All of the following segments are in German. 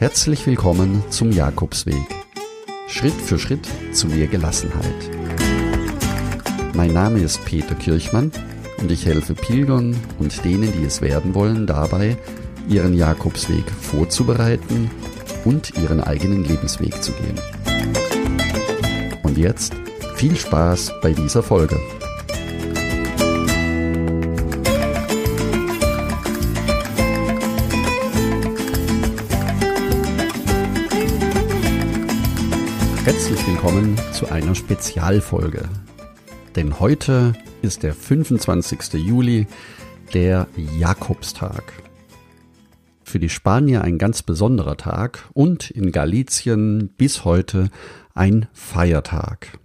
Herzlich willkommen zum Jakobsweg. Schritt für Schritt zu mehr Gelassenheit. Mein Name ist Peter Kirchmann und ich helfe Pilgern und denen, die es werden wollen, dabei, ihren Jakobsweg vorzubereiten und ihren eigenen Lebensweg zu gehen. Und jetzt viel Spaß bei dieser Folge. Herzlich willkommen zu einer Spezialfolge. Denn heute ist der 25. Juli, der Jakobstag. Für die Spanier ein ganz besonderer Tag und in Galicien bis heute ein Feiertag.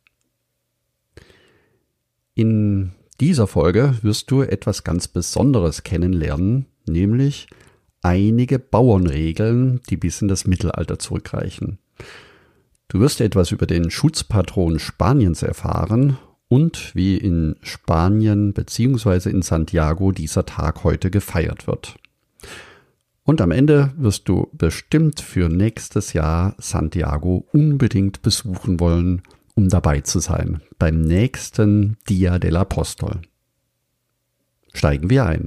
In dieser Folge wirst du etwas ganz Besonderes kennenlernen, nämlich einige Bauernregeln, die bis in das Mittelalter zurückreichen. Du wirst etwas über den Schutzpatron Spaniens erfahren und wie in Spanien bzw. in Santiago dieser Tag heute gefeiert wird. Und am Ende wirst du bestimmt für nächstes Jahr Santiago unbedingt besuchen wollen, um dabei zu sein beim nächsten Día del Apóstol. Steigen wir ein.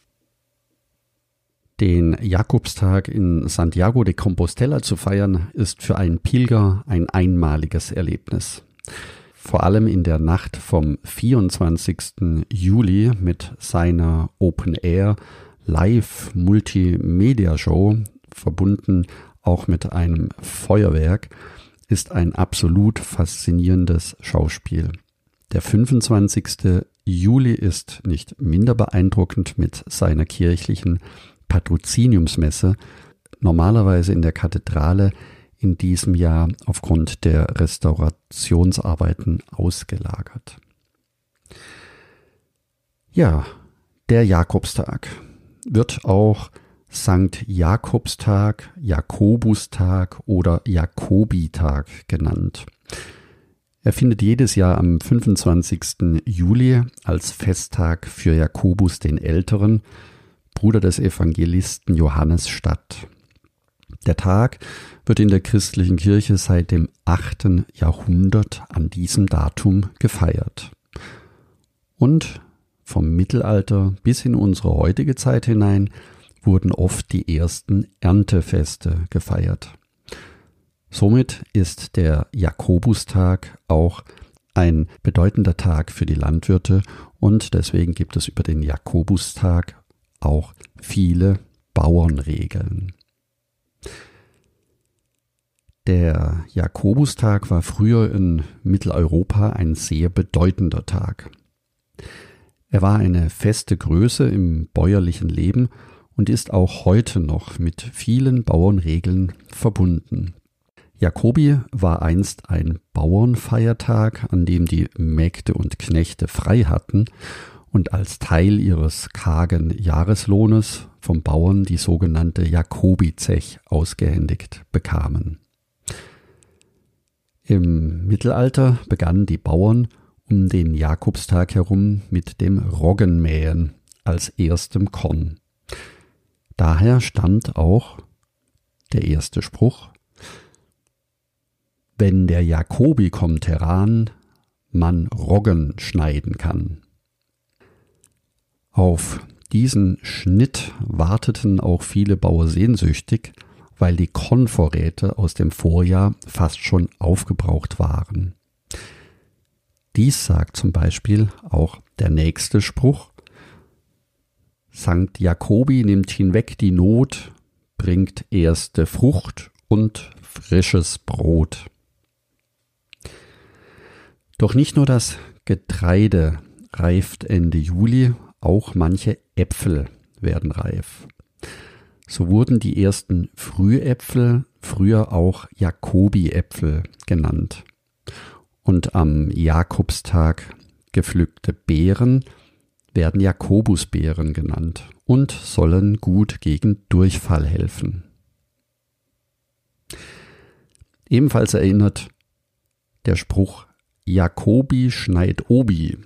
Den Jakobstag in Santiago de Compostela zu feiern, ist für einen Pilger ein einmaliges Erlebnis. Vor allem in der Nacht vom 24. Juli mit seiner Open-Air Live-Multimedia-Show, verbunden auch mit einem Feuerwerk, ist ein absolut faszinierendes Schauspiel. Der 25. Juli ist nicht minder beeindruckend mit seiner kirchlichen Patroziniumsmesse, normalerweise in der Kathedrale, in diesem Jahr aufgrund der Restaurationsarbeiten ausgelagert. Ja, der Jakobstag wird auch Sankt Jakobstag, Jakobustag oder Jakobitag genannt. Er findet jedes Jahr am 25. Juli als Festtag für Jakobus den Älteren, Bruder des Evangelisten Johannes, statt. Der Tag wird in der christlichen Kirche seit dem 8. Jahrhundert an diesem Datum gefeiert. Und vom Mittelalter bis in unsere heutige Zeit hinein wurden oft die ersten Erntefeste gefeiert. Somit ist der Jakobustag auch ein bedeutender Tag für die Landwirte und deswegen gibt es über den Jakobustag auch viele Bauernregeln. Der Jakobustag war früher in Mitteleuropa ein sehr bedeutender Tag. Er war eine feste Größe im bäuerlichen Leben und ist auch heute noch mit vielen Bauernregeln verbunden. Jakobi war einst ein Bauernfeiertag, an dem die Mägde und Knechte frei hatten und als Teil ihres kargen Jahreslohnes vom Bauern die sogenannte Jakobizech ausgehändigt bekamen. Im Mittelalter begannen die Bauern um den Jakobstag herum mit dem Roggenmähen als erstem Korn. Daher stammt auch der erste Spruch: Wenn der Jakobi kommt heran, man Roggen schneiden kann. Auf diesen Schnitt warteten auch viele Bauern sehnsüchtig, weil die Kornvorräte aus dem Vorjahr fast schon aufgebraucht waren. Dies sagt zum Beispiel auch der nächste Spruch: Sankt Jakobi nimmt hinweg die Not, bringt erste Frucht und frisches Brot. Doch nicht nur das Getreide reift Ende Juli, auch manche Äpfel werden reif. So wurden die ersten Frühäpfel früher auch Jakobi-Äpfel genannt. Und am Jakobstag gepflückte Beeren werden Jakobusbeeren genannt und sollen gut gegen Durchfall helfen. Ebenfalls erinnert der Spruch Jakobi schneit Obi,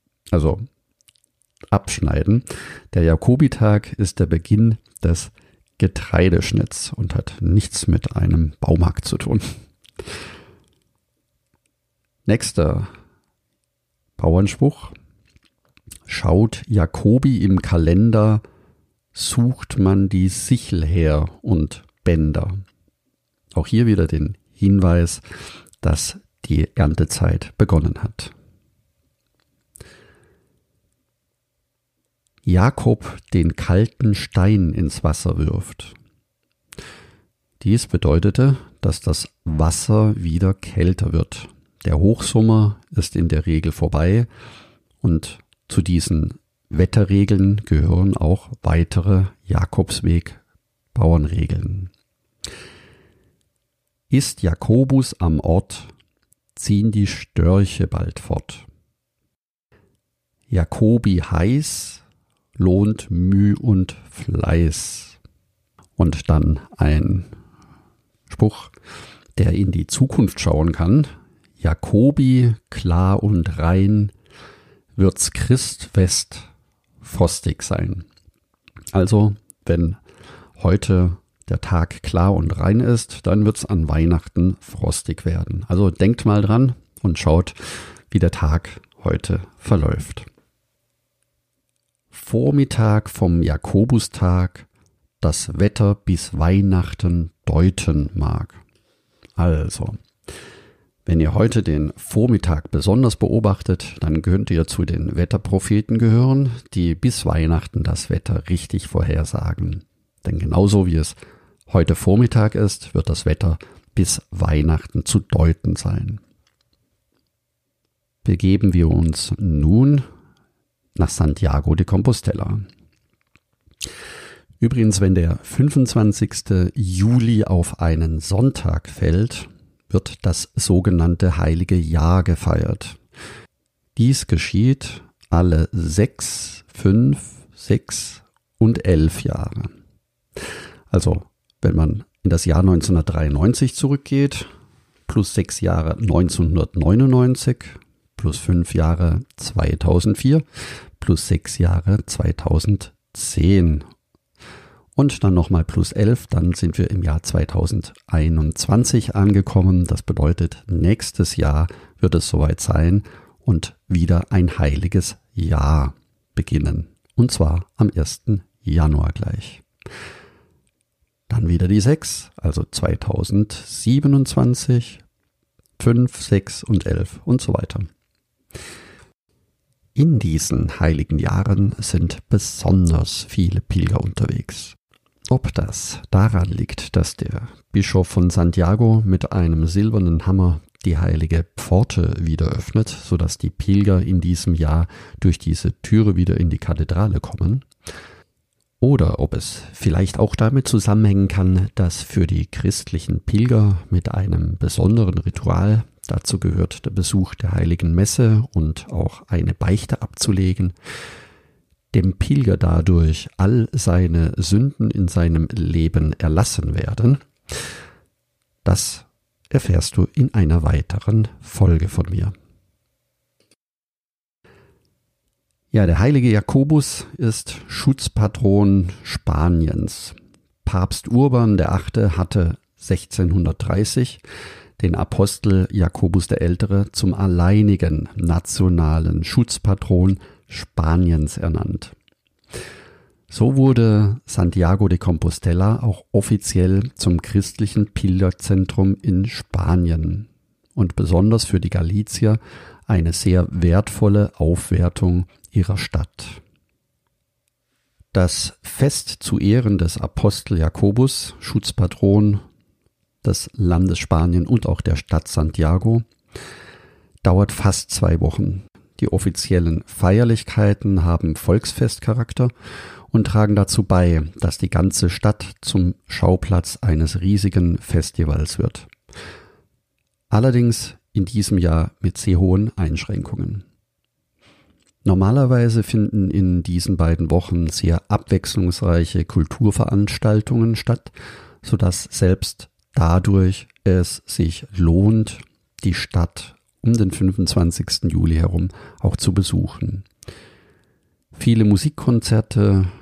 also abschneiden. Der Jakobitag ist der Beginn des Getreideschnitz und hat nichts mit einem Baumarkt zu tun. Nächster Bauernspruch. Schaut Jacobi im Kalender, sucht man die Sichel her und Bänder. Auch hier wieder den Hinweis, dass die Erntezeit begonnen hat. Jakob den kalten Stein ins Wasser wirft. Dies bedeutete, dass das Wasser wieder kälter wird. Der Hochsommer ist in der Regel vorbei und zu diesen Wetterregeln gehören auch weitere Jakobsweg-Bauernregeln. Ist Jakobus am Ort, ziehen die Störche bald fort. Jacobi heiß, lohnt Müh und Fleiß. Und dann ein Spruch, der in die Zukunft schauen kann. Jacobi, klar und rein, wird's Christfest frostig sein. Also, wenn heute der Tag klar und rein ist, dann wird's an Weihnachten frostig werden. Also denkt mal dran und schaut, wie der Tag heute verläuft. Vormittag vom Jakobustag das Wetter bis Weihnachten deuten mag. Also, wenn ihr heute den Vormittag besonders beobachtet, dann könnt ihr zu den Wetterpropheten gehören, die bis Weihnachten das Wetter richtig vorhersagen. Denn genauso wie es heute Vormittag ist, wird das Wetter bis Weihnachten zu deuten sein. Begeben wir uns nun nach Santiago de Compostela. Übrigens, wenn der 25. Juli auf einen Sonntag fällt, wird das sogenannte Heilige Jahr gefeiert. Dies geschieht alle 6, 5, 6 und 11 Jahre. Also, wenn man in das Jahr 1993 zurückgeht, plus 6 Jahre 1999, plus 5 Jahre 2004, plus 6 Jahre 2010 und dann nochmal plus 11, dann sind wir im Jahr 2021 angekommen. Das bedeutet, nächstes Jahr wird es soweit sein und wieder ein heiliges Jahr beginnen. Und zwar am 1. Januar gleich. Dann wieder die 6, also 2027, 5, 6 und 11 und so weiter. In diesen heiligen Jahren sind besonders viele Pilger unterwegs. Ob das daran liegt, dass der Bischof von Santiago mit einem silbernen Hammer die heilige Pforte wieder öffnet, sodass die Pilger in diesem Jahr durch diese Türe wieder in die Kathedrale kommen, oder ob es vielleicht auch damit zusammenhängen kann, dass für die christlichen Pilger mit einem besonderen Ritual, dazu gehört der Besuch der heiligen Messe und auch eine Beichte abzulegen, dem Pilger dadurch all seine Sünden in seinem Leben erlassen werden, das erfährst du in einer weiteren Folge von mir. Ja, der heilige Jakobus ist Schutzpatron Spaniens. Papst Urban VIII. Hatte 1630 den Apostel Jakobus der Ältere zum alleinigen nationalen Schutzpatron Spaniens ernannt. So wurde Santiago de Compostela auch offiziell zum christlichen Pilgerzentrum in Spanien und besonders für die Galizier eine sehr wertvolle Aufwertung ihrer Stadt. Das Fest zu Ehren des Apostel Jakobus, Schutzpatron des Landes Spanien und auch der Stadt Santiago, dauert fast 2 Wochen. Die offiziellen Feierlichkeiten haben Volksfestcharakter und tragen dazu bei, dass die ganze Stadt zum Schauplatz eines riesigen Festivals wird. Allerdings in diesem Jahr mit sehr hohen Einschränkungen. Normalerweise finden in diesen beiden Wochen sehr abwechslungsreiche Kulturveranstaltungen statt, sodass selbst dadurch es sich lohnt, die Stadt um den 25. Juli herum auch zu besuchen. Viele Musikkonzerte,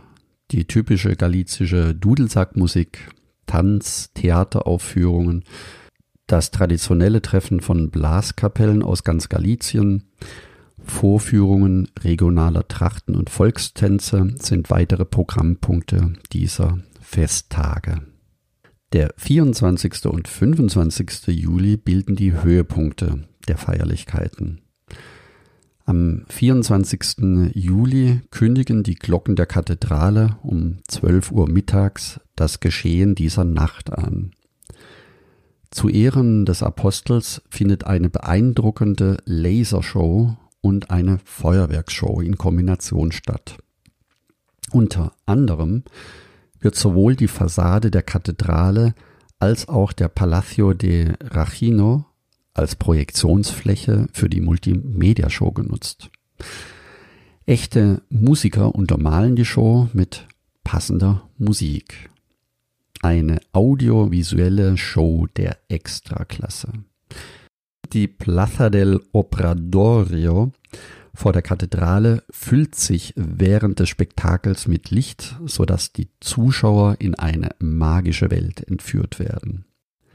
Die typische galizische Dudelsackmusik, Tanz, Theateraufführungen, das traditionelle Treffen von Blaskapellen aus ganz Galizien, Vorführungen regionaler Trachten und Volkstänze sind weitere Programmpunkte dieser Festtage. Der 24. und 25. Juli bilden die Höhepunkte der Feierlichkeiten. Am 24. Juli kündigen die Glocken der Kathedrale um 12 Uhr mittags das Geschehen dieser Nacht an. Zu Ehren des Apostels findet eine beeindruckende Lasershow und eine Feuerwerksshow in Kombination statt. Unter anderem wird sowohl die Fassade der Kathedrale als auch der Palacio de Rachino als Projektionsfläche für die Multimedia-Show genutzt. Echte Musiker untermalen die Show mit passender Musik. Eine audiovisuelle Show der Extraklasse. Die Plaza del Obradoiro vor der Kathedrale füllt sich während des Spektakels mit Licht, sodass die Zuschauer in eine magische Welt entführt werden.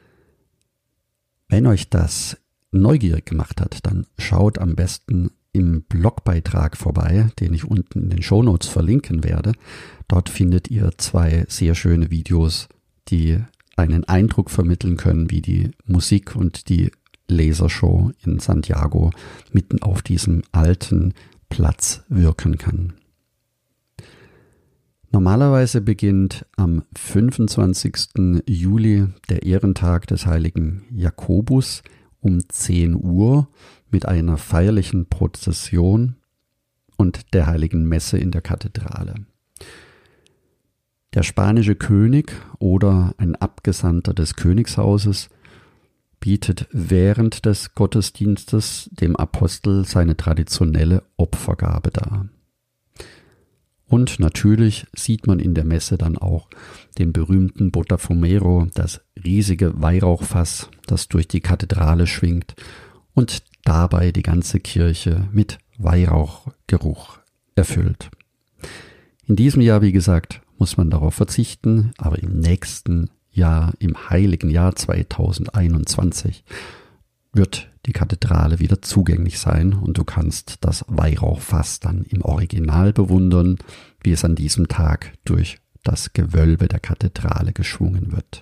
Wenn euch das neugierig gemacht hat, dann schaut am besten im Blogbeitrag vorbei, den ich unten in den Shownotes verlinken werde. Dort findet ihr 2 sehr schöne Videos, die einen Eindruck vermitteln können, wie die Musik und die Lasershow in Santiago mitten auf diesem alten Platz wirken kann. Normalerweise beginnt am 25. Juli der Ehrentag des heiligen Jakobus um 10 Uhr mit einer feierlichen Prozession und der heiligen Messe in der Kathedrale. Der spanische König oder ein Abgesandter des Königshauses bietet während des Gottesdienstes dem Apostel seine traditionelle Opfergabe dar. Und natürlich sieht man in der Messe dann auch den berühmten Botafumero, das riesige Weihrauchfass, das durch die Kathedrale schwingt und dabei die ganze Kirche mit Weihrauchgeruch erfüllt. In diesem Jahr, wie gesagt, muss man darauf verzichten, aber im nächsten Jahr, im heiligen Jahr 2021, wird die Kathedrale wieder zugänglich sein und du kannst das Weihrauchfass dann im Original bewundern, wie es an diesem Tag durch das Gewölbe der Kathedrale geschwungen wird.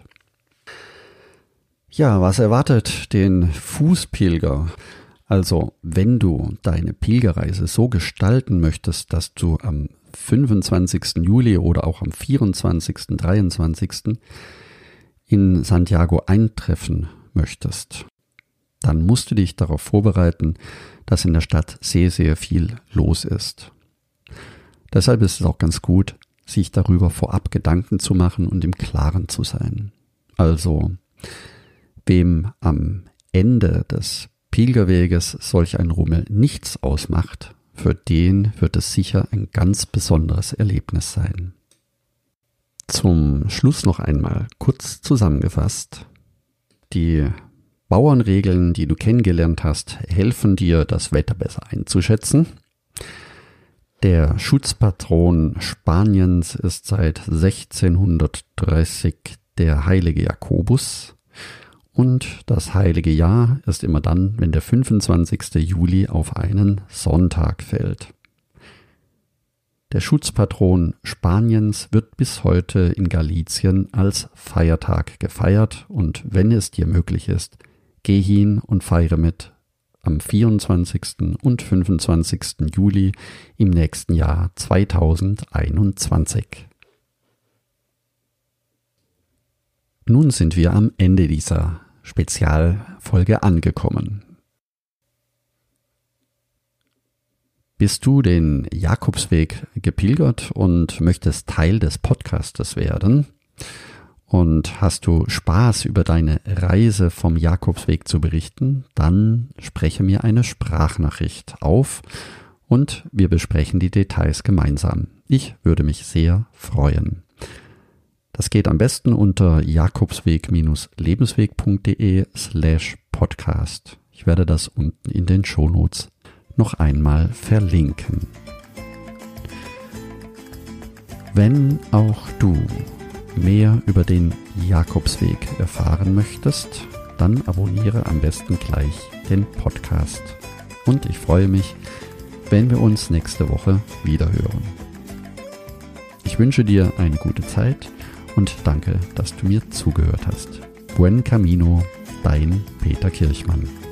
Ja, was erwartet den Fußpilger? Also, wenn du deine Pilgerreise so gestalten möchtest, dass du am 25. Juli oder auch am 24., 23. in Santiago eintreffen möchtest, dann musst du dich darauf vorbereiten, dass in der Stadt sehr, sehr viel los ist. Deshalb ist es auch ganz gut, sich darüber vorab Gedanken zu machen und im Klaren zu sein. Also, wem am Ende des Pilgerweges solch ein Rummel nichts ausmacht, für den wird es sicher ein ganz besonderes Erlebnis sein. Zum Schluss noch einmal kurz zusammengefasst. Die Bauernregeln, die du kennengelernt hast, helfen dir, das Wetter besser einzuschätzen. Der Schutzpatron Spaniens ist seit 1630 der heilige Jakobus. Und das heilige Jahr ist immer dann, wenn der 25. Juli auf einen Sonntag fällt. Der Schutzpatron Spaniens wird bis heute in Galicien als Feiertag gefeiert und wenn es dir möglich ist, geh hin und feiere mit am 24. und 25. Juli im nächsten Jahr 2021. Nun sind wir am Ende dieser Spezialfolge angekommen. Bist du den Jakobsweg gepilgert und möchtest Teil des Podcastes werden? Und hast du Spaß, über deine Reise vom Jakobsweg zu berichten? Dann spreche mir eine Sprachnachricht auf und wir besprechen die Details gemeinsam. Ich würde mich sehr freuen. Das geht am besten unter jakobsweg-lebensweg.de/podcast. Ich werde das unten in den Shownotes noch einmal verlinken. Wenn auch du mehr über den Jakobsweg erfahren möchtest, dann abonniere am besten gleich den Podcast. Und ich freue mich, wenn wir uns nächste Woche wieder hören. Ich wünsche dir eine gute Zeit und danke, dass du mir zugehört hast. Buen Camino, dein Peter Kirchmann.